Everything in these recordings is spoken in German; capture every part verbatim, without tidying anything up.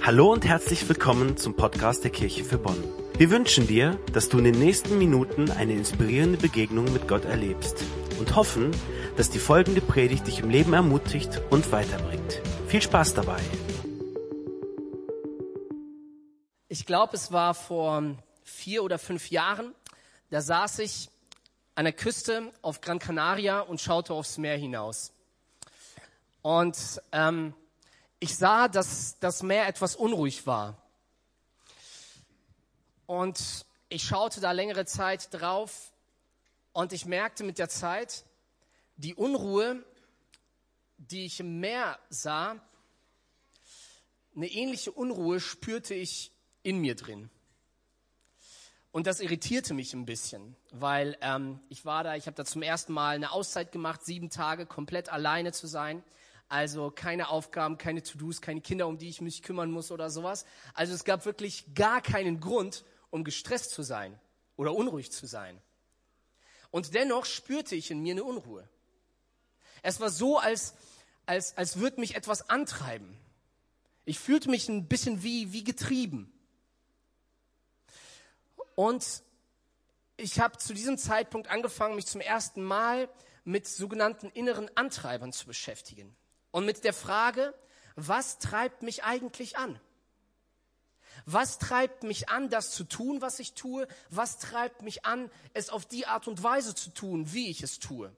Hallo und herzlich willkommen zum Podcast der Kirche für Bonn. Wir wünschen dir, dass du in den nächsten Minuten eine inspirierende Begegnung mit Gott erlebst und hoffen, dass die folgende Predigt dich im Leben ermutigt und weiterbringt. Viel Spaß dabei! Ich glaube, es war vor vier oder fünf Jahren, da saß ich an der Küste auf Gran Canaria und schaute aufs Meer hinaus. Und ähm, ich sah, dass das Meer etwas unruhig war. Und ich schaute da längere Zeit drauf und ich merkte mit der Zeit, die Unruhe, die ich im Meer sah, eine ähnliche Unruhe spürte ich in mir drin. Und das irritierte mich ein bisschen, weil ähm, ich war da, ich habe da zum ersten Mal eine Auszeit gemacht, sieben Tage komplett alleine zu sein. Also keine Aufgaben, keine To-Dos, keine Kinder, um die ich mich kümmern muss oder sowas. Also es gab wirklich gar keinen Grund, um gestresst zu sein oder unruhig zu sein. Und dennoch spürte ich in mir eine Unruhe. Es war so, als, als, als würde mich etwas antreiben. Ich fühlte mich ein bisschen wie, wie getrieben. Und ich habe zu diesem Zeitpunkt angefangen, mich zum ersten Mal mit sogenannten inneren Antreibern zu beschäftigen. Und mit der Frage, was treibt mich eigentlich an? Was treibt mich an, das zu tun, was ich tue? Was treibt mich an, es auf die Art und Weise zu tun, wie ich es tue?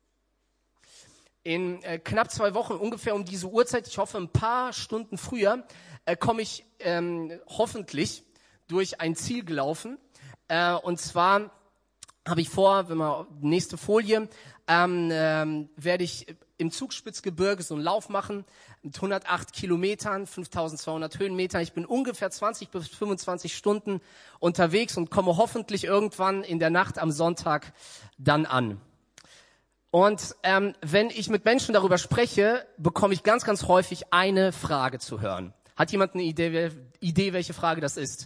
In äh, knapp zwei Wochen, ungefähr um diese Uhrzeit, ich hoffe ein paar Stunden früher, äh, komme ich ähm, hoffentlich durch ein Ziel gelaufen. Äh, und zwar habe ich vor, wenn wir nächste Folie, ähm, ähm, werde ich im Zugspitzgebirge so einen Lauf machen mit hundertacht Kilometern, fünftausendzweihundert Höhenmetern. Ich bin ungefähr zwanzig bis fünfundzwanzig Stunden unterwegs und komme hoffentlich irgendwann in der Nacht am Sonntag dann an. Und ähm, wenn ich mit Menschen darüber spreche, bekomme ich ganz, ganz häufig eine Frage zu hören. Hat jemand eine Idee, Idee welche Frage das ist?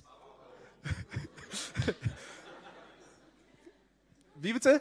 Wie bitte?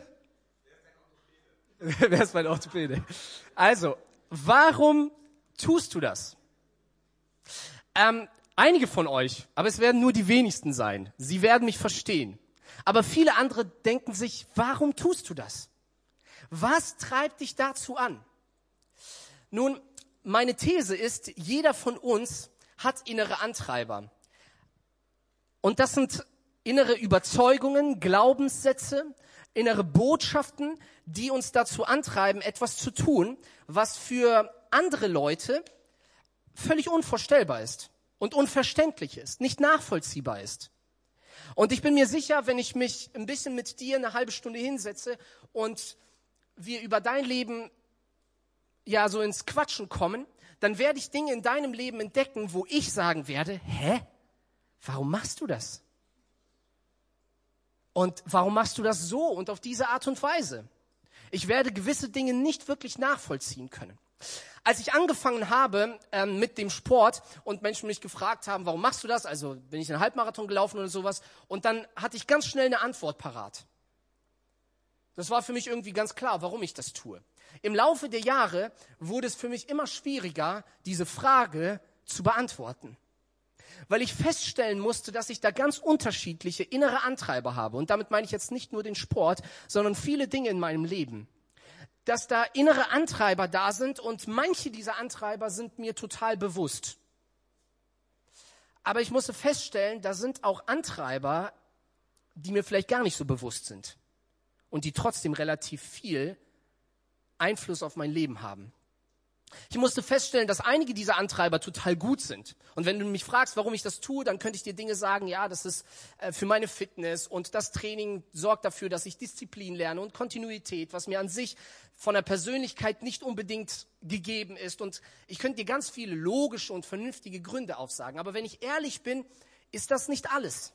Wer ist mein Orthopäde? Also, warum tust du das? Ähm, einige von euch, aber es werden nur die wenigsten sein, sie werden mich verstehen. Aber viele andere denken sich, warum tust du das? Was treibt dich dazu an? Nun, meine These ist, jeder von uns hat innere Antreiber. Und das sind innere Überzeugungen, Glaubenssätze, innere Botschaften, die uns dazu antreiben, etwas zu tun, was für andere Leute völlig unvorstellbar ist und unverständlich ist, nicht nachvollziehbar ist. Und ich bin mir sicher, wenn ich mich ein bisschen mit dir eine halbe Stunde hinsetze und wir über dein Leben ja so ins Quatschen kommen, dann werde ich Dinge in deinem Leben entdecken, wo ich sagen werde, hä? Warum machst du das? Und warum machst du das so und auf diese Art und Weise? Ich werde gewisse Dinge nicht wirklich nachvollziehen können. Als ich angefangen habe ähm, mit dem Sport und Menschen mich gefragt haben, warum machst du das? Also bin ich einen Halbmarathon gelaufen oder sowas. Und dann hatte ich ganz schnell eine Antwort parat. Das war für mich irgendwie ganz klar, warum ich das tue. Im Laufe der Jahre wurde es für mich immer schwieriger, diese Frage zu beantworten. Weil ich feststellen musste, dass ich da ganz unterschiedliche innere Antreiber habe. Und damit meine ich jetzt nicht nur den Sport, sondern viele Dinge in meinem Leben. Dass da innere Antreiber da sind und manche dieser Antreiber sind mir total bewusst. Aber ich musste feststellen, da sind auch Antreiber, die mir vielleicht gar nicht so bewusst sind. Und die trotzdem relativ viel Einfluss auf mein Leben haben. Ich musste feststellen, dass einige dieser Antreiber total gut sind. Und wenn du mich fragst, warum ich das tue, dann könnte ich dir Dinge sagen, ja, das ist äh, für meine Fitness und das Training sorgt dafür, dass ich Disziplin lerne und Kontinuität, was mir an sich von der Persönlichkeit nicht unbedingt gegeben ist. Und ich könnte dir ganz viele logische und vernünftige Gründe aufsagen. Aber wenn ich ehrlich bin, ist das nicht alles.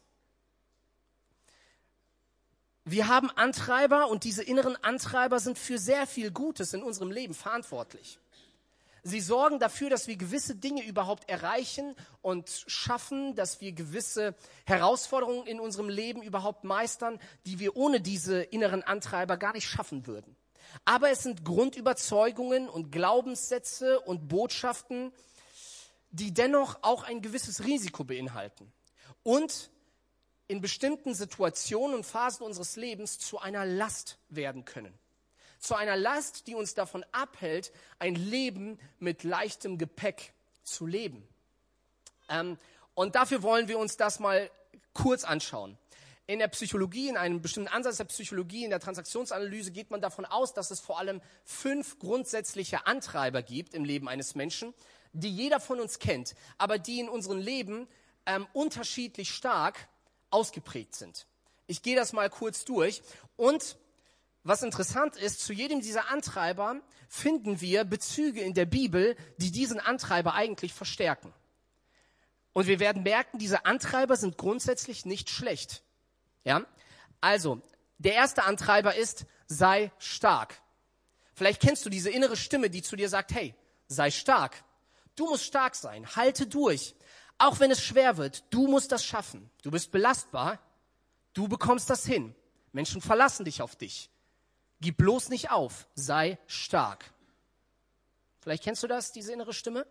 Wir haben Antreiber und diese inneren Antreiber sind für sehr viel Gutes in unserem Leben verantwortlich. Sie sorgen dafür, dass wir gewisse Dinge überhaupt erreichen und schaffen, dass wir gewisse Herausforderungen in unserem Leben überhaupt meistern, die wir ohne diese inneren Antreiber gar nicht schaffen würden. Aber es sind Grundüberzeugungen und Glaubenssätze und Botschaften, die dennoch auch ein gewisses Risiko beinhalten und in bestimmten Situationen und Phasen unseres Lebens zu einer Last werden können. Zu einer Last, die uns davon abhält, ein Leben mit leichtem Gepäck zu leben. Ähm, und dafür wollen wir uns das mal kurz anschauen. In der Psychologie, in einem bestimmten Ansatz der Psychologie, in der Transaktionsanalyse geht man davon aus, dass es vor allem fünf grundsätzliche Antreiber gibt im Leben eines Menschen, die jeder von uns kennt, aber die in unserem Leben ähm, unterschiedlich stark ausgeprägt sind. Ich gehe das mal kurz durch und was interessant ist, zu jedem dieser Antreiber finden wir Bezüge in der Bibel, die diesen Antreiber eigentlich verstärken. Und wir werden merken, diese Antreiber sind grundsätzlich nicht schlecht. Ja? Also, der erste Antreiber ist, sei stark. Vielleicht kennst du diese innere Stimme, die zu dir sagt, hey, sei stark. Du musst stark sein, halte durch. Auch wenn es schwer wird, du musst das schaffen. Du bist belastbar, du bekommst das hin. Menschen verlassen dich auf dich. Gib bloß nicht auf, sei stark. Vielleicht kennst du das, diese innere Stimme?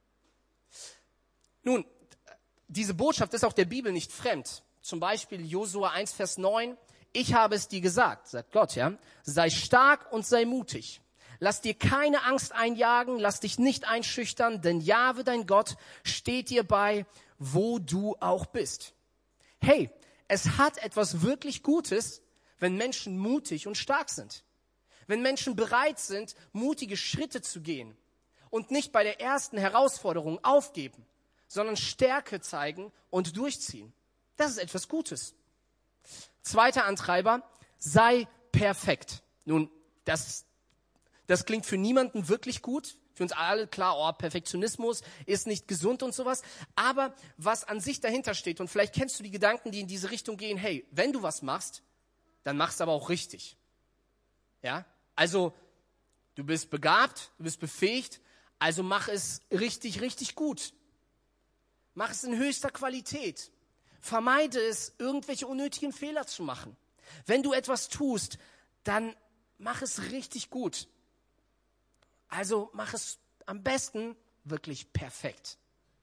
Nun, diese Botschaft ist auch der Bibel nicht fremd. Zum Beispiel Josua eins, Vers neun. Ich habe es dir gesagt, sagt Gott, ja. Sei stark und sei mutig. Lass dir keine Angst einjagen, lass dich nicht einschüchtern, denn Jahwe, dein Gott, steht dir bei, wo du auch bist. Hey, es hat etwas wirklich Gutes, wenn Menschen mutig und stark sind. Wenn Menschen bereit sind, mutige Schritte zu gehen und nicht bei der ersten Herausforderung aufgeben, sondern Stärke zeigen und durchziehen. Das ist etwas Gutes. Zweiter Antreiber, sei perfekt. Nun, das, das klingt für niemanden wirklich gut. Für uns alle klar, oh, Perfektionismus ist nicht gesund und sowas. Aber was an sich dahinter steht, und vielleicht kennst du die Gedanken, die in diese Richtung gehen, hey, wenn du was machst, dann machst du aber auch richtig. Ja? Also, du bist begabt, du bist befähigt, also mach es richtig, richtig gut. Mach es in höchster Qualität. Vermeide es, irgendwelche unnötigen Fehler zu machen. Wenn du etwas tust, dann mach es richtig gut. Also mach es am besten wirklich perfekt.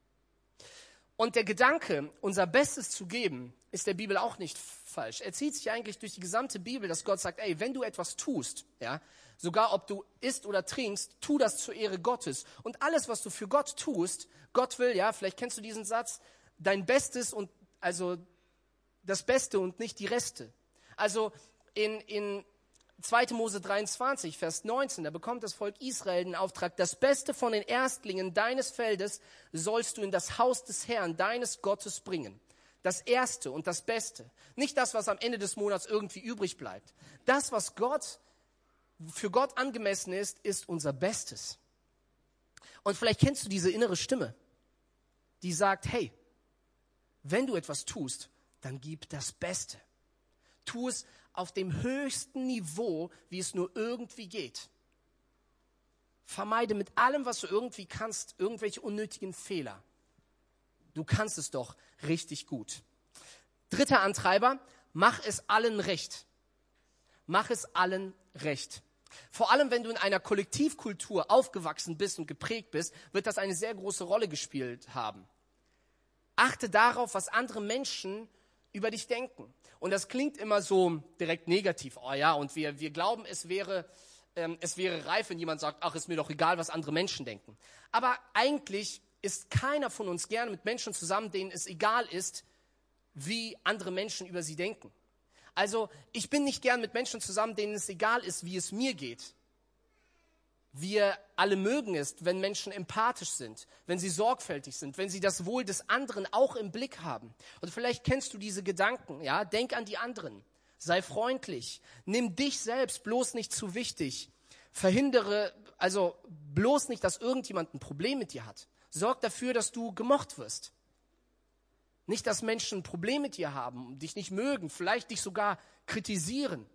Und der Gedanke, unser Bestes zu geben, ist der Bibel auch nicht falsch. Er zieht sich eigentlich durch die gesamte Bibel, dass Gott sagt, ey, wenn du etwas tust, ja, sogar ob du isst oder trinkst, tu das zur Ehre Gottes. Und alles, was du für Gott tust, Gott will, ja, vielleicht kennst du diesen Satz, dein Bestes und, also das Beste und nicht die Reste. Also in, in zweiter Mose dreiundzwanzig, Vers neunzehn, da bekommt das Volk Israel den Auftrag, das Beste von den Erstlingen deines Feldes sollst du in das Haus des Herrn, deines Gottes bringen. Das Erste und das Beste. Nicht das, was am Ende des Monats irgendwie übrig bleibt. Das, was Gott, für Gott angemessen ist, ist unser Bestes. Und vielleicht kennst du diese innere Stimme, die sagt, hey, wenn du etwas tust, dann gib das Beste. Tu es auf dem höchsten Niveau, wie es nur irgendwie geht. Vermeide mit allem, was du irgendwie kannst, irgendwelche unnötigen Fehler. Du kannst es doch richtig gut. Dritter Antreiber, mach es allen recht. Mach es allen recht. Vor allem, wenn du in einer Kollektivkultur aufgewachsen bist und geprägt bist, wird das eine sehr große Rolle gespielt haben. Achte darauf, was andere Menschen über dich denken. Und das klingt immer so direkt negativ. Oh ja, und wir, wir glauben, es wäre, ähm, es wäre reif, wenn jemand sagt, ach, ist mir doch egal, was andere Menschen denken. Aber eigentlich ist keiner von uns gerne mit Menschen zusammen, denen es egal ist, wie andere Menschen über sie denken. Also ich bin nicht gern mit Menschen zusammen, denen es egal ist, wie es mir geht. Wir alle mögen es, wenn Menschen empathisch sind, wenn sie sorgfältig sind, wenn sie das Wohl des anderen auch im Blick haben. Und vielleicht kennst du diese Gedanken, ja? Denk an die anderen, sei freundlich, nimm dich selbst bloß nicht zu wichtig, verhindere, also bloß nicht, dass irgendjemand ein Problem mit dir hat. Sorg dafür, dass du gemocht wirst. Nicht, dass Menschen ein Problem mit dir haben, dich nicht mögen, vielleicht dich sogar kritisieren.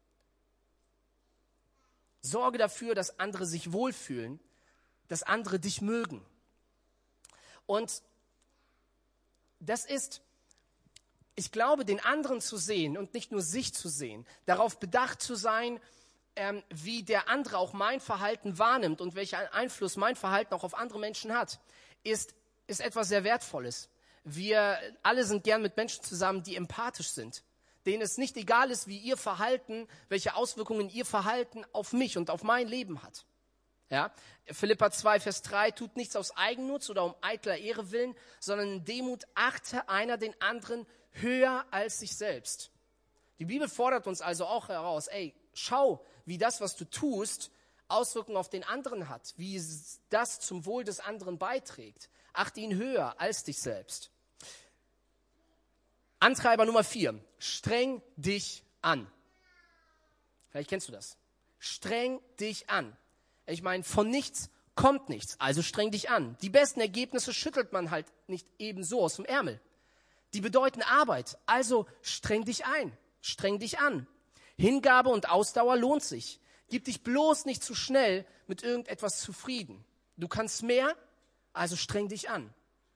Sorge dafür, dass andere sich wohlfühlen, dass andere dich mögen. Und das ist, ich glaube, den anderen zu sehen und nicht nur sich zu sehen, darauf bedacht zu sein, ähm, wie der andere auch mein Verhalten wahrnimmt und welchen Einfluss mein Verhalten auch auf andere Menschen hat, ist ist etwas sehr Wertvolles. Wir alle sind gern mit Menschen zusammen, die empathisch sind, denen es nicht egal ist, wie ihr Verhalten, welche Auswirkungen ihr Verhalten auf mich und auf mein Leben hat. Ja? Philipper zwei, Vers drei, tut nichts aus Eigennutz oder um eitler Ehre willen, sondern in Demut achte einer den anderen höher als sich selbst. Die Bibel fordert uns also auch heraus, ey, schau, wie das, was du tust, Auswirkungen auf den anderen hat, wie das zum Wohl des anderen beiträgt. Achte ihn höher als dich selbst. Antreiber Nummer vier, streng dich an. Vielleicht kennst du das. Streng dich an. Ich meine, von nichts kommt nichts, also streng dich an. Die besten Ergebnisse schüttelt man halt nicht ebenso aus dem Ärmel. Die bedeuten Arbeit, also streng dich ein, streng dich an. Hingabe und Ausdauer lohnt sich. Gib dich bloß nicht zu schnell mit irgendetwas zufrieden. Du kannst mehr, also streng dich an.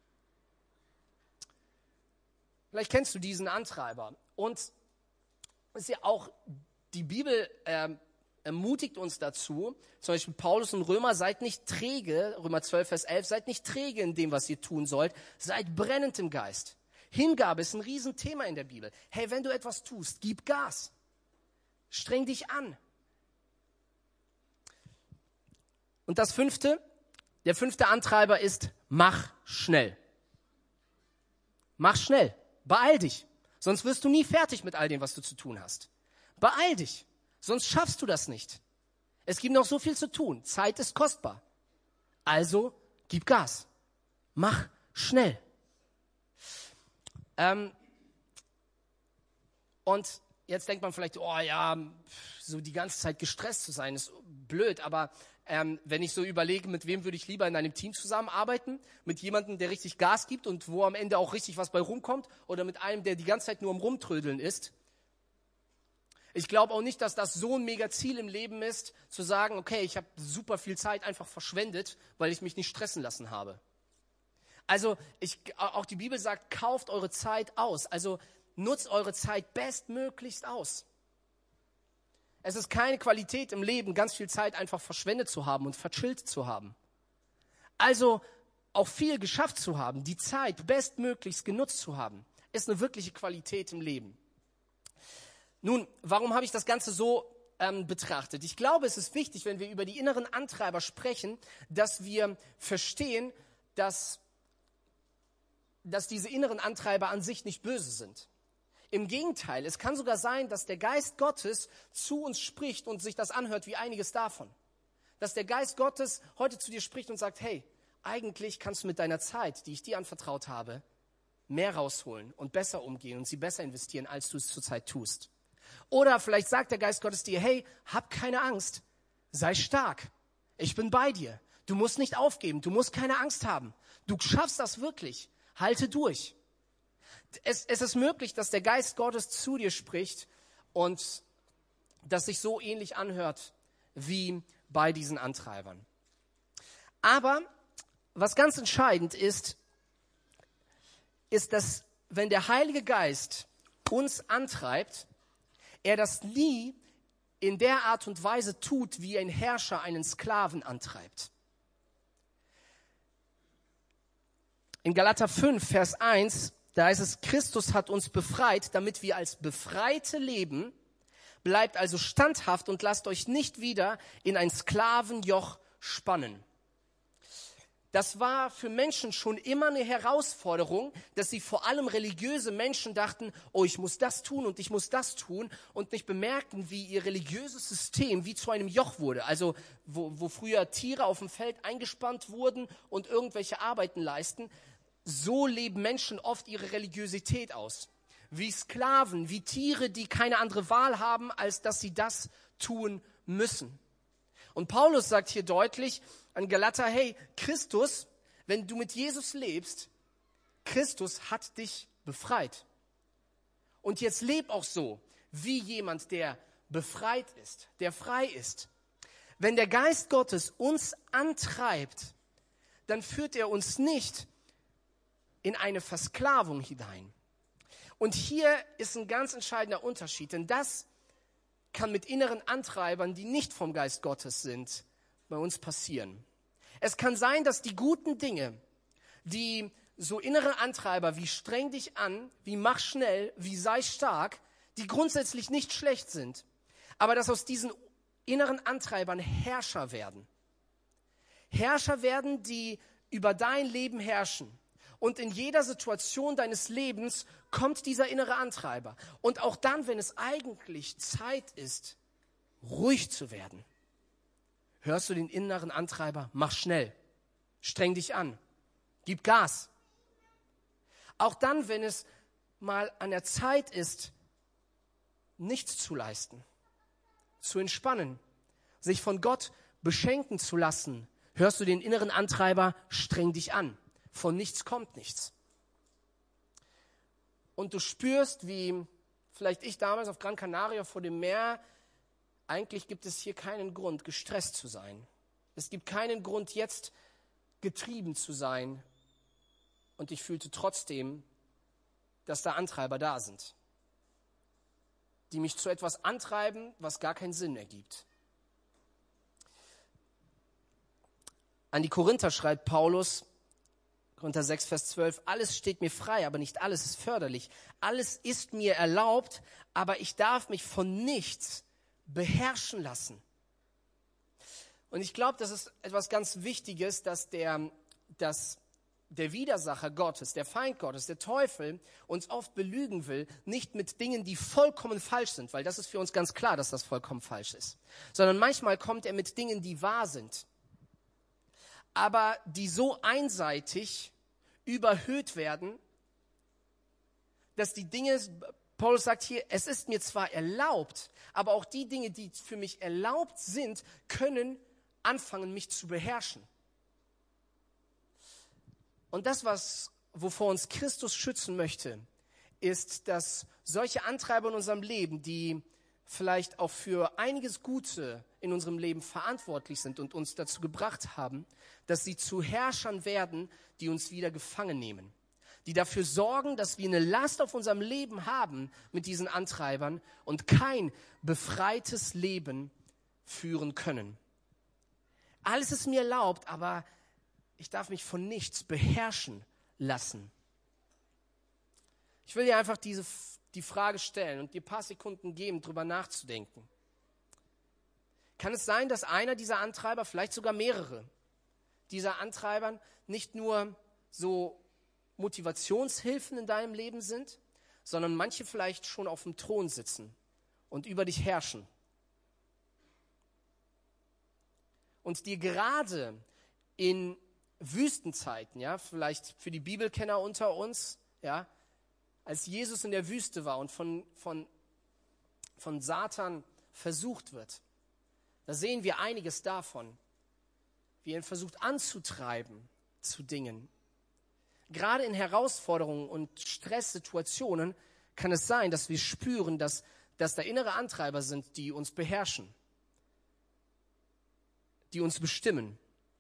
Vielleicht kennst du diesen Antreiber. Und es ist ja auch, die Bibel äh, ermutigt uns dazu, zum Beispiel Paulus und Römer, seid nicht träge, Römer zwölf, Vers elf, seid nicht träge in dem, was ihr tun sollt, seid brennend im Geist. Hingabe ist ein Riesenthema in der Bibel. Hey, wenn du etwas tust, gib Gas. Streng dich an. Und das fünfte, der fünfte Antreiber ist, mach schnell. Mach schnell. Beeil dich. Sonst wirst du nie fertig mit all dem, was du zu tun hast. Beeil dich. Sonst schaffst du das nicht. Es gibt noch so viel zu tun. Zeit ist kostbar. Also, gib Gas. Mach schnell. Ähm, und jetzt denkt man vielleicht, oh ja, so die ganze Zeit gestresst zu sein, ist blöd. Aber ähm, wenn ich so überlege, mit wem würde ich lieber in einem Team zusammenarbeiten? Mit jemandem, der richtig Gas gibt und wo am Ende auch richtig was bei rumkommt? Oder mit einem, der die ganze Zeit nur am Rumtrödeln ist? Ich glaube auch nicht, dass das so ein mega Ziel im Leben ist, zu sagen, okay, ich habe super viel Zeit einfach verschwendet, weil ich mich nicht stressen lassen habe. Also ich, auch die Bibel sagt, kauft eure Zeit aus. Also nutzt eure Zeit bestmöglichst aus. Es ist keine Qualität im Leben, ganz viel Zeit einfach verschwendet zu haben und verchillt zu haben. Also auch viel geschafft zu haben, die Zeit bestmöglichst genutzt zu haben, ist eine wirkliche Qualität im Leben. Nun, warum habe ich das Ganze so ähm, betrachtet? Ich glaube, es ist wichtig, wenn wir über die inneren Antreiber sprechen, dass wir verstehen, dass, dass diese inneren Antreiber an sich nicht böse sind. Im Gegenteil, es kann sogar sein, dass der Geist Gottes zu uns spricht und sich das anhört wie einiges davon. Dass der Geist Gottes heute zu dir spricht und sagt, hey, eigentlich kannst du mit deiner Zeit, die ich dir anvertraut habe, mehr rausholen und besser umgehen und sie besser investieren, als du es zurzeit tust. Oder vielleicht sagt der Geist Gottes dir, hey, hab keine Angst, sei stark, ich bin bei dir. Du musst nicht aufgeben, du musst keine Angst haben. Du schaffst das wirklich, halte durch. Es, es ist möglich, dass der Geist Gottes zu dir spricht und das sich so ähnlich anhört wie bei diesen Antreibern. Aber was ganz entscheidend ist, ist, dass wenn der Heilige Geist uns antreibt, er das nie in der Art und Weise tut, wie ein Herrscher einen Sklaven antreibt. In Galater fünf, Vers eins, da heißt es, Christus hat uns befreit, damit wir als Befreite leben. Bleibt also standhaft und lasst euch nicht wieder in ein Sklavenjoch spannen. Das war für Menschen schon immer eine Herausforderung, dass sie vor allem religiöse Menschen dachten, oh, ich muss das tun und ich muss das tun und nicht bemerkten, wie ihr religiöses System wie zu einem Joch wurde. Also wo, wo früher Tiere auf dem Feld eingespannt wurden und irgendwelche Arbeiten leisten, so leben Menschen oft ihre Religiosität aus. Wie Sklaven, wie Tiere, die keine andere Wahl haben, als dass sie das tun müssen. Und Paulus sagt hier deutlich an Galater, hey, Christus, wenn du mit Jesus lebst, Christus hat dich befreit. Und jetzt leb auch so, wie jemand, der befreit ist, der frei ist. Wenn der Geist Gottes uns antreibt, dann führt er uns nicht in eine Versklavung hinein. Und hier ist ein ganz entscheidender Unterschied, denn das kann mit inneren Antreibern, die nicht vom Geist Gottes sind, bei uns passieren. Es kann sein, dass die guten Dinge, die so innere Antreiber wie streng dich an, wie mach schnell, wie sei stark, die grundsätzlich nicht schlecht sind, aber dass aus diesen inneren Antreibern Herrscher werden. Herrscher werden, die über dein Leben herrschen. Und in jeder Situation deines Lebens kommt dieser innere Antreiber. Und auch dann, wenn es eigentlich Zeit ist, ruhig zu werden, hörst du den inneren Antreiber, mach schnell, streng dich an, gib Gas. Auch dann, wenn es mal an der Zeit ist, nichts zu leisten, zu entspannen, sich von Gott beschenken zu lassen, hörst du den inneren Antreiber, streng dich an. Von nichts kommt nichts. Und du spürst, wie vielleicht ich damals auf Gran Canaria vor dem Meer, eigentlich gibt es hier keinen Grund, gestresst zu sein. Es gibt keinen Grund, jetzt getrieben zu sein. Und ich fühlte trotzdem, dass da Antreiber da sind, die mich zu etwas antreiben, was gar keinen Sinn ergibt. An die Korinther schreibt Paulus, Korinther sechs, Vers zwölf, alles steht mir frei, aber nicht alles ist förderlich. Alles ist mir erlaubt, aber ich darf mich von nichts beherrschen lassen. Und ich glaube, das ist etwas ganz Wichtiges, dass der, dass der Widersacher Gottes, der Feind Gottes, der Teufel uns oft belügen will, nicht mit Dingen, die vollkommen falsch sind, weil das ist für uns ganz klar, dass das vollkommen falsch ist, sondern manchmal kommt er mit Dingen, die wahr sind, aber die so einseitig überhöht werden, dass die Dinge, Paulus sagt hier, es ist mir zwar erlaubt, aber auch die Dinge, die für mich erlaubt sind, können anfangen, mich zu beherrschen. Und das, was, wovor uns Christus schützen möchte, ist, dass solche Antreiber in unserem Leben, die vielleicht auch für einiges Gute in unserem Leben verantwortlich sind und uns dazu gebracht haben, dass sie zu Herrschern werden, die uns wieder gefangen nehmen. Die dafür sorgen, dass wir eine Last auf unserem Leben haben mit diesen Antreibern und kein befreites Leben führen können. Alles ist mir erlaubt, aber ich darf mich von nichts beherrschen lassen. Ich will dir einfach diese, die Frage stellen und dir ein paar Sekunden geben, drüber nachzudenken. Kann es sein, dass einer dieser Antreiber, vielleicht sogar mehrere dieser Antreibern, nicht nur so Motivationshilfen in deinem Leben sind, sondern manche vielleicht schon auf dem Thron sitzen und über dich herrschen? Und dir gerade in Wüstenzeiten, ja, vielleicht für die Bibelkenner unter uns, ja, als Jesus in der Wüste war und von, von, von Satan versucht wird, da sehen wir einiges davon, wie er ihn versucht anzutreiben zu Dingen. Gerade in Herausforderungen und Stresssituationen kann es sein, dass wir spüren, dass, dass da innere Antreiber sind, die uns beherrschen, die uns bestimmen.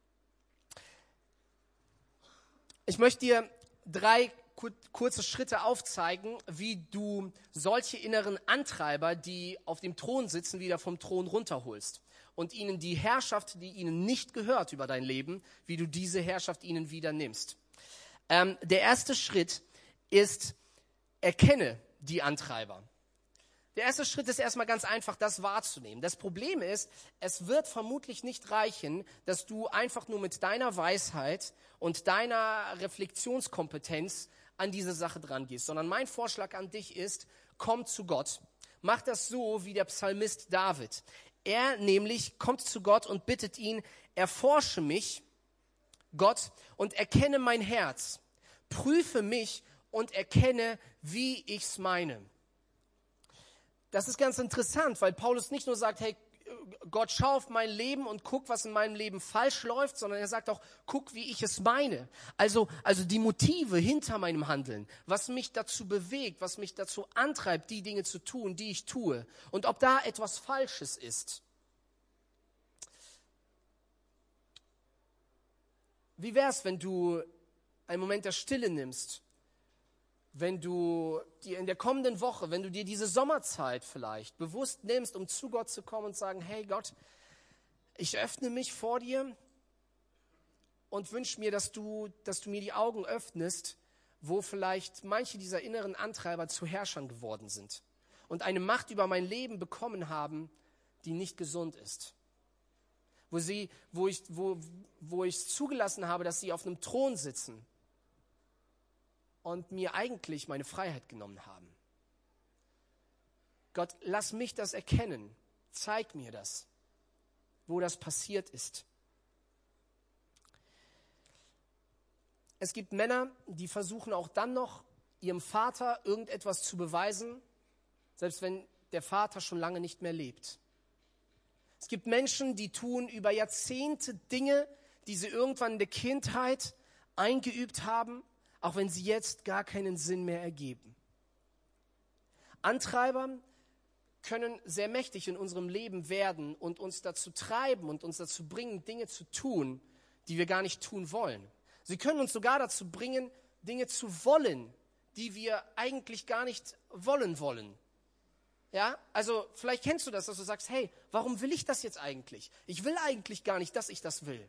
Ich möchte dir drei kur- kurze Schritte aufzeigen, wie du solche inneren Antreiber, die auf dem Thron sitzen, wieder vom Thron runterholst und ihnen die Herrschaft, die ihnen nicht gehört über dein Leben, wie du diese Herrschaft ihnen wieder nimmst. Ähm, der erste Schritt ist, erkenne die Antreiber. Der erste Schritt ist erstmal ganz einfach, das wahrzunehmen. Das Problem ist, es wird vermutlich nicht reichen, dass du einfach nur mit deiner Weisheit und deiner Reflexionskompetenz an diese Sache dran gehst, sondern mein Vorschlag an dich ist, komm zu Gott. Mach das so wie der Psalmist David. Er nämlich kommt zu Gott und bittet ihn, erforsche mich, Gott, und erkenne mein Herz. Prüfe mich und erkenne, wie ich's meine. Das ist ganz interessant, weil Paulus nicht nur sagt, hey, Gott, schau auf mein Leben und guck, was in meinem Leben falsch läuft, sondern er sagt auch, guck, wie ich es meine. Also, also die Motive hinter meinem Handeln, was mich dazu bewegt, was mich dazu antreibt, die Dinge zu tun, die ich tue. Und ob da etwas Falsches ist. Wie wär's, wenn du einen Moment der Stille nimmst? Wenn du dir in der kommenden Woche, wenn du dir diese Sommerzeit vielleicht bewusst nimmst, um zu Gott zu kommen und sagen, hey Gott, ich öffne mich vor dir und wünsche mir, dass du, dass du mir die Augen öffnest, wo vielleicht manche dieser inneren Antreiber zu Herrschern geworden sind und eine Macht über mein Leben bekommen haben, die nicht gesund ist. Wo sie, wo ich, wo, wo ich zugelassen habe, dass sie auf einem Thron sitzen und mir eigentlich meine Freiheit genommen haben. Gott, lass mich das erkennen. Zeig mir das, wo das passiert ist. Es gibt Männer, die versuchen auch dann noch, ihrem Vater irgendetwas zu beweisen, selbst wenn der Vater schon lange nicht mehr lebt. Es gibt Menschen, die tun über Jahrzehnte Dinge, die sie irgendwann in der Kindheit eingeübt haben, auch wenn sie jetzt gar keinen Sinn mehr ergeben. Antreiber können sehr mächtig in unserem Leben werden und uns dazu treiben und uns dazu bringen, Dinge zu tun, die wir gar nicht tun wollen. Sie können uns sogar dazu bringen, Dinge zu wollen, die wir eigentlich gar nicht wollen wollen. Ja, also vielleicht kennst du das, dass du sagst, hey, warum will ich das jetzt eigentlich? Ich will eigentlich gar nicht, dass ich das will.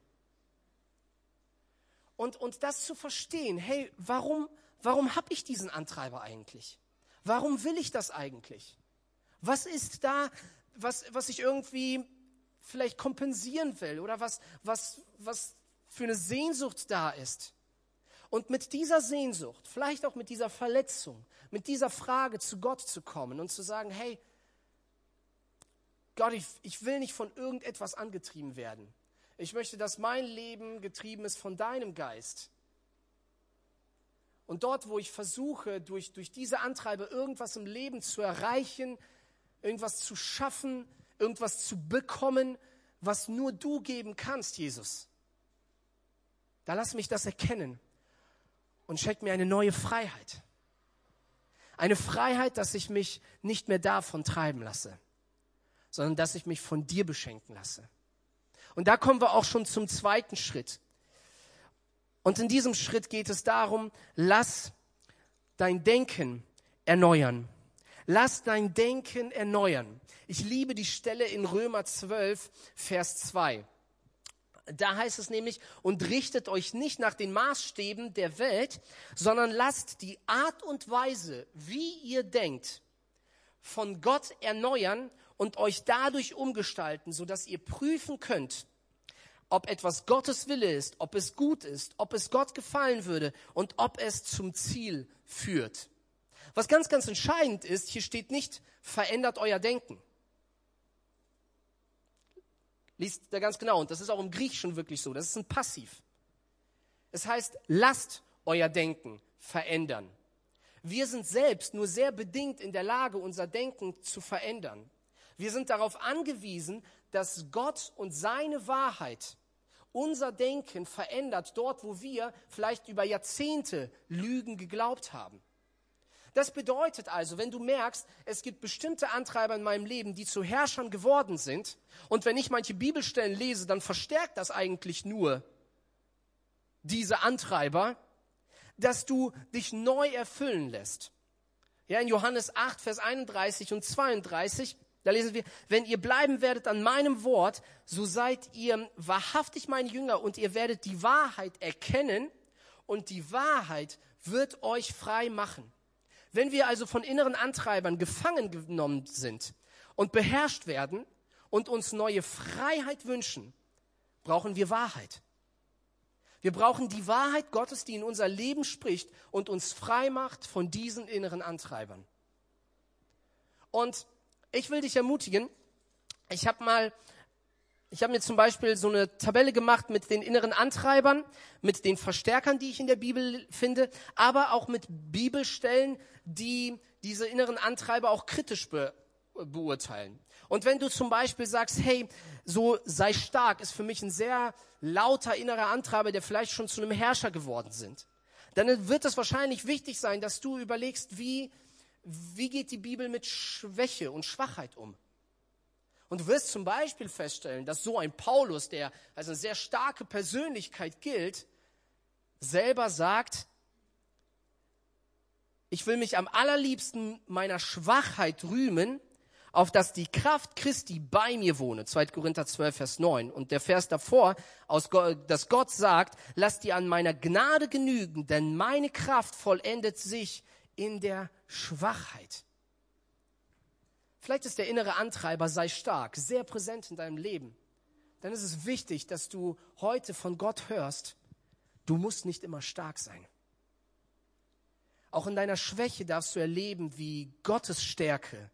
Und, und das zu verstehen, hey, warum, warum habe ich diesen Antreiber eigentlich? Warum will ich das eigentlich? Was ist da, was, was ich irgendwie vielleicht kompensieren will oder was, was, was für eine Sehnsucht da ist? Und mit dieser Sehnsucht, vielleicht auch mit dieser Verletzung, mit dieser Frage zu Gott zu kommen und zu sagen, hey, Gott, ich, ich will nicht von irgendetwas angetrieben werden. Ich möchte, dass mein Leben getrieben ist von deinem Geist. Und dort, wo ich versuche, durch, durch diese Antreiber irgendwas im Leben zu erreichen, irgendwas zu schaffen, irgendwas zu bekommen, was nur du geben kannst, Jesus, da lass mich das erkennen und schenk mir eine neue Freiheit. Eine Freiheit, dass ich mich nicht mehr davon treiben lasse, sondern dass ich mich von dir beschenken lasse. Und da kommen wir auch schon zum zweiten Schritt. Und in diesem Schritt geht es darum, lass dein Denken erneuern. Lass dein Denken erneuern. Ich liebe die Stelle in Römer zwölf, Vers zwei. Da heißt es nämlich, und richtet euch nicht nach den Maßstäben der Welt, sondern lasst die Art und Weise, wie ihr denkt, von Gott erneuern und euch dadurch umgestalten, sodass ihr prüfen könnt, ob etwas Gottes Wille ist, ob es gut ist, ob es Gott gefallen würde und ob es zum Ziel führt. Was ganz, ganz entscheidend ist, hier steht nicht, verändert euer Denken. Liest da ganz genau, und das ist auch im Griechischen wirklich so, das ist ein Passiv. Es heißt, lasst euer Denken verändern. Wir sind selbst nur sehr bedingt in der Lage, unser Denken zu verändern. Wir sind darauf angewiesen, dass Gott und seine Wahrheit unser Denken verändert, dort wo wir vielleicht über Jahrzehnte Lügen geglaubt haben. Das bedeutet also, wenn du merkst, es gibt bestimmte Antreiber in meinem Leben, die zu Herrschern geworden sind, und wenn ich manche Bibelstellen lese, dann verstärkt das eigentlich nur diese Antreiber, dass du dich neu erfüllen lässt. Ja, in Johannes acht, Vers einunddreißig und zweiunddreißig, da lesen wir, wenn ihr bleiben werdet an meinem Wort, so seid ihr wahrhaftig meine Jünger und ihr werdet die Wahrheit erkennen und die Wahrheit wird euch frei machen. Wenn wir also von inneren Antreibern gefangen genommen sind und beherrscht werden und uns neue Freiheit wünschen, brauchen wir Wahrheit. Wir brauchen die Wahrheit Gottes, die in unser Leben spricht und uns frei macht von diesen inneren Antreibern. Und ich will dich ermutigen, ich habe mal, ich habe mir zum Beispiel so eine Tabelle gemacht mit den inneren Antreibern, mit den Verstärkern, die ich in der Bibel finde, aber auch mit Bibelstellen, die diese inneren Antreiber auch kritisch be- beurteilen. Und wenn du zum Beispiel sagst, hey, so sei stark, ist für mich ein sehr lauter innerer Antreiber, der vielleicht schon zu einem Herrscher geworden sind, dann wird es wahrscheinlich wichtig sein, dass du überlegst, wie, wie geht die Bibel mit Schwäche und Schwachheit um? Und du wirst zum Beispiel feststellen, dass so ein Paulus, der als eine sehr starke Persönlichkeit gilt, selber sagt, ich will mich am allerliebsten meiner Schwachheit rühmen, auf dass die Kraft Christi bei mir wohne. zweiter Korinther zwölf, Vers neun. Und der Vers davor, aus Gott, dass Gott sagt, lasst dir an meiner Gnade genügen, denn meine Kraft vollendet sich in der Schwachheit. Vielleicht ist der innere Antreiber, sei stark, sehr präsent in deinem Leben. Dann ist es wichtig, dass du heute von Gott hörst, du musst nicht immer stark sein. Auch in deiner Schwäche darfst du erleben, wie Gottes Stärke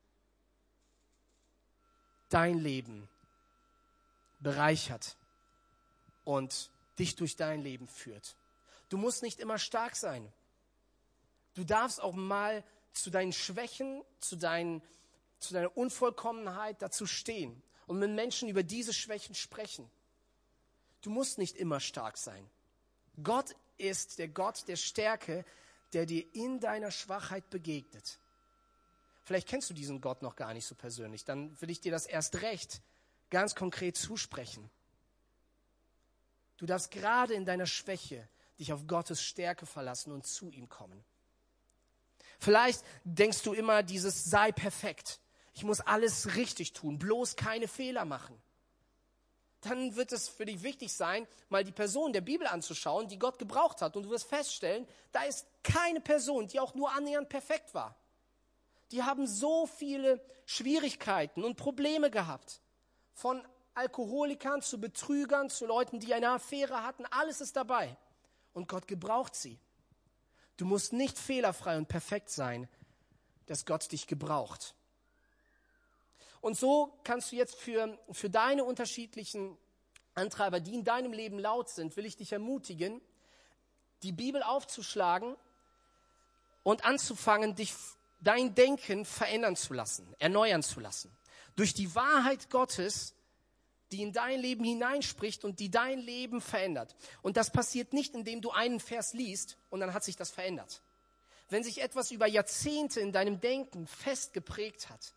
dein Leben bereichert und dich durch dein Leben führt. Du musst nicht immer stark sein. Du darfst auch mal zu deinen Schwächen, zu, deinen, zu deiner Unvollkommenheit dazu stehen und mit Menschen über diese Schwächen sprechen. Du musst nicht immer stark sein. Gott ist der Gott der Stärke, der dir in deiner Schwachheit begegnet. Vielleicht kennst du diesen Gott noch gar nicht so persönlich. Dann will ich dir das erst recht ganz konkret zusprechen. Du darfst gerade in deiner Schwäche dich auf Gottes Stärke verlassen und zu ihm kommen. Vielleicht denkst du immer dieses sei perfekt. Ich muss alles richtig tun, bloß keine Fehler machen. Dann wird es für dich wichtig sein, mal die Person der Bibel anzuschauen, die Gott gebraucht hat. Und du wirst feststellen, da ist keine Person, die auch nur annähernd perfekt war. Die haben so viele Schwierigkeiten und Probleme gehabt. Von Alkoholikern zu Betrügern, zu Leuten, die eine Affäre hatten, alles ist dabei. Und Gott gebraucht sie. Du musst nicht fehlerfrei und perfekt sein, dass Gott dich gebraucht. Und so kannst du jetzt für, für deine unterschiedlichen Antreiber, die in deinem Leben laut sind, will ich dich ermutigen, die Bibel aufzuschlagen und anzufangen, dich dein Denken verändern zu lassen, erneuern zu lassen. Durch die Wahrheit Gottes, die in dein Leben hineinspricht und die dein Leben verändert. Und das passiert nicht, indem du einen Vers liest und dann hat sich das verändert. Wenn sich etwas über Jahrzehnte in deinem Denken festgeprägt hat,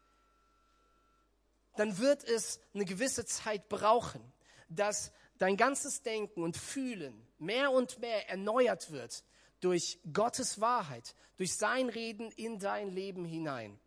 dann wird es eine gewisse Zeit brauchen, dass dein ganzes Denken und Fühlen mehr und mehr erneuert wird durch Gottes Wahrheit, durch sein Reden in dein Leben hinein.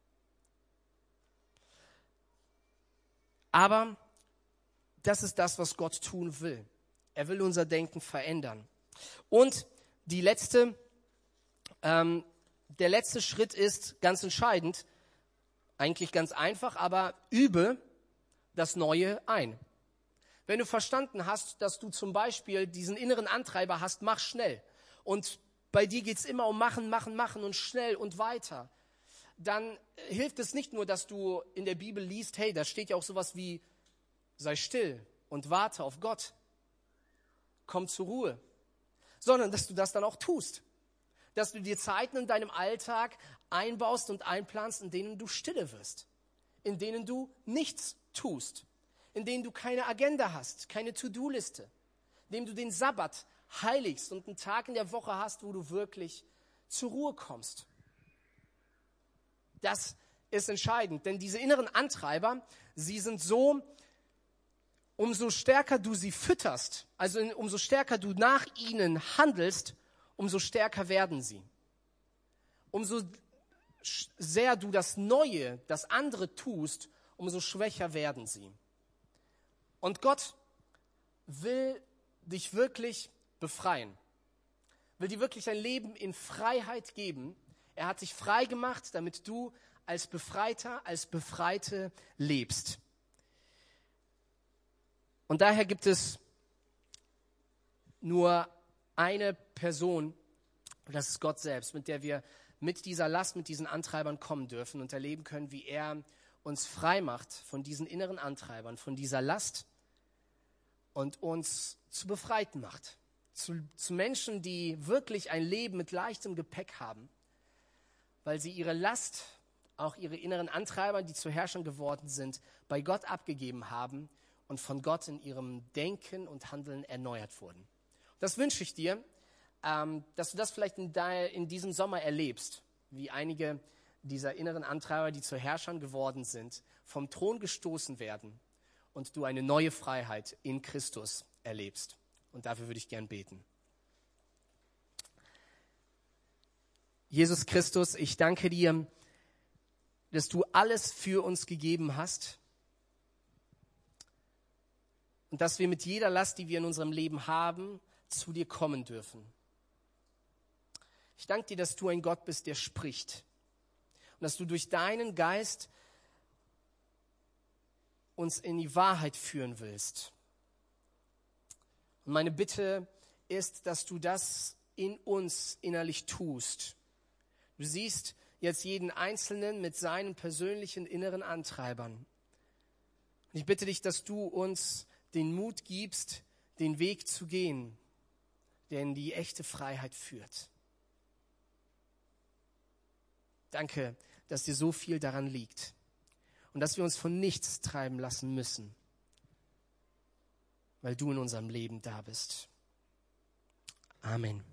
Aber das ist das, was Gott tun will. Er will unser Denken verändern. Und die letzte, ähm, der letzte Schritt ist ganz entscheidend, eigentlich ganz einfach, aber übe das Neue ein. Wenn du verstanden hast, dass du zum Beispiel diesen inneren Antreiber hast, mach schnell. Und bei dir geht's immer um machen, machen, machen und schnell und weiter. Dann hilft es nicht nur, dass du in der Bibel liest, hey, da steht ja auch sowas wie, sei still und warte auf Gott. Komm zur Ruhe. Sondern, dass du das dann auch tust. Dass du dir Zeiten in deinem Alltag einbaust und einplanst, in denen du stille wirst. In denen du nichts tust. In denen du keine Agenda hast, keine To-Do-Liste. In denen du den Sabbat heiligst und einen Tag in der Woche hast, wo du wirklich zur Ruhe kommst. Das ist entscheidend, denn diese inneren Antreiber, sie sind so, umso stärker du sie fütterst, also umso stärker du nach ihnen handelst, umso stärker werden sie. Umso sehr du das Neue, das andere tust, umso schwächer werden sie. Und Gott will dich wirklich befreien, will dir wirklich ein Leben in Freiheit geben. Er hat dich frei gemacht, damit du als Befreiter, als Befreite lebst. Und daher gibt es nur eine Person, und das ist Gott selbst, mit der wir mit dieser Last, mit diesen Antreibern kommen dürfen und erleben können, wie er uns frei macht von diesen inneren Antreibern, von dieser Last und uns zu Befreiten macht. Zu, zu Menschen, die wirklich ein Leben mit leichtem Gepäck haben, weil sie ihre Last, auch ihre inneren Antreiber, die zu Herrschern geworden sind, bei Gott abgegeben haben und von Gott in ihrem Denken und Handeln erneuert wurden. Das wünsche ich dir, ähm, dass du das vielleicht in, de, in diesem Sommer erlebst, wie einige dieser inneren Antreiber, die zu Herrschern geworden sind, vom Thron gestoßen werden und du eine neue Freiheit in Christus erlebst. Und dafür würde ich gern beten. Jesus Christus, ich danke dir, dass du alles für uns gegeben hast und dass wir mit jeder Last, die wir in unserem Leben haben, zu dir kommen dürfen. Ich danke dir, dass du ein Gott bist, der spricht und dass du durch deinen Geist uns in die Wahrheit führen willst. Und meine Bitte ist, dass du das in uns innerlich tust. Du siehst jetzt jeden Einzelnen mit seinen persönlichen inneren Antreibern. Und ich bitte dich, dass du uns den Mut gibst, den Weg zu gehen, der in die echte Freiheit führt. Danke, dass dir so viel daran liegt und dass wir uns von nichts treiben lassen müssen, weil du in unserem Leben da bist. Amen.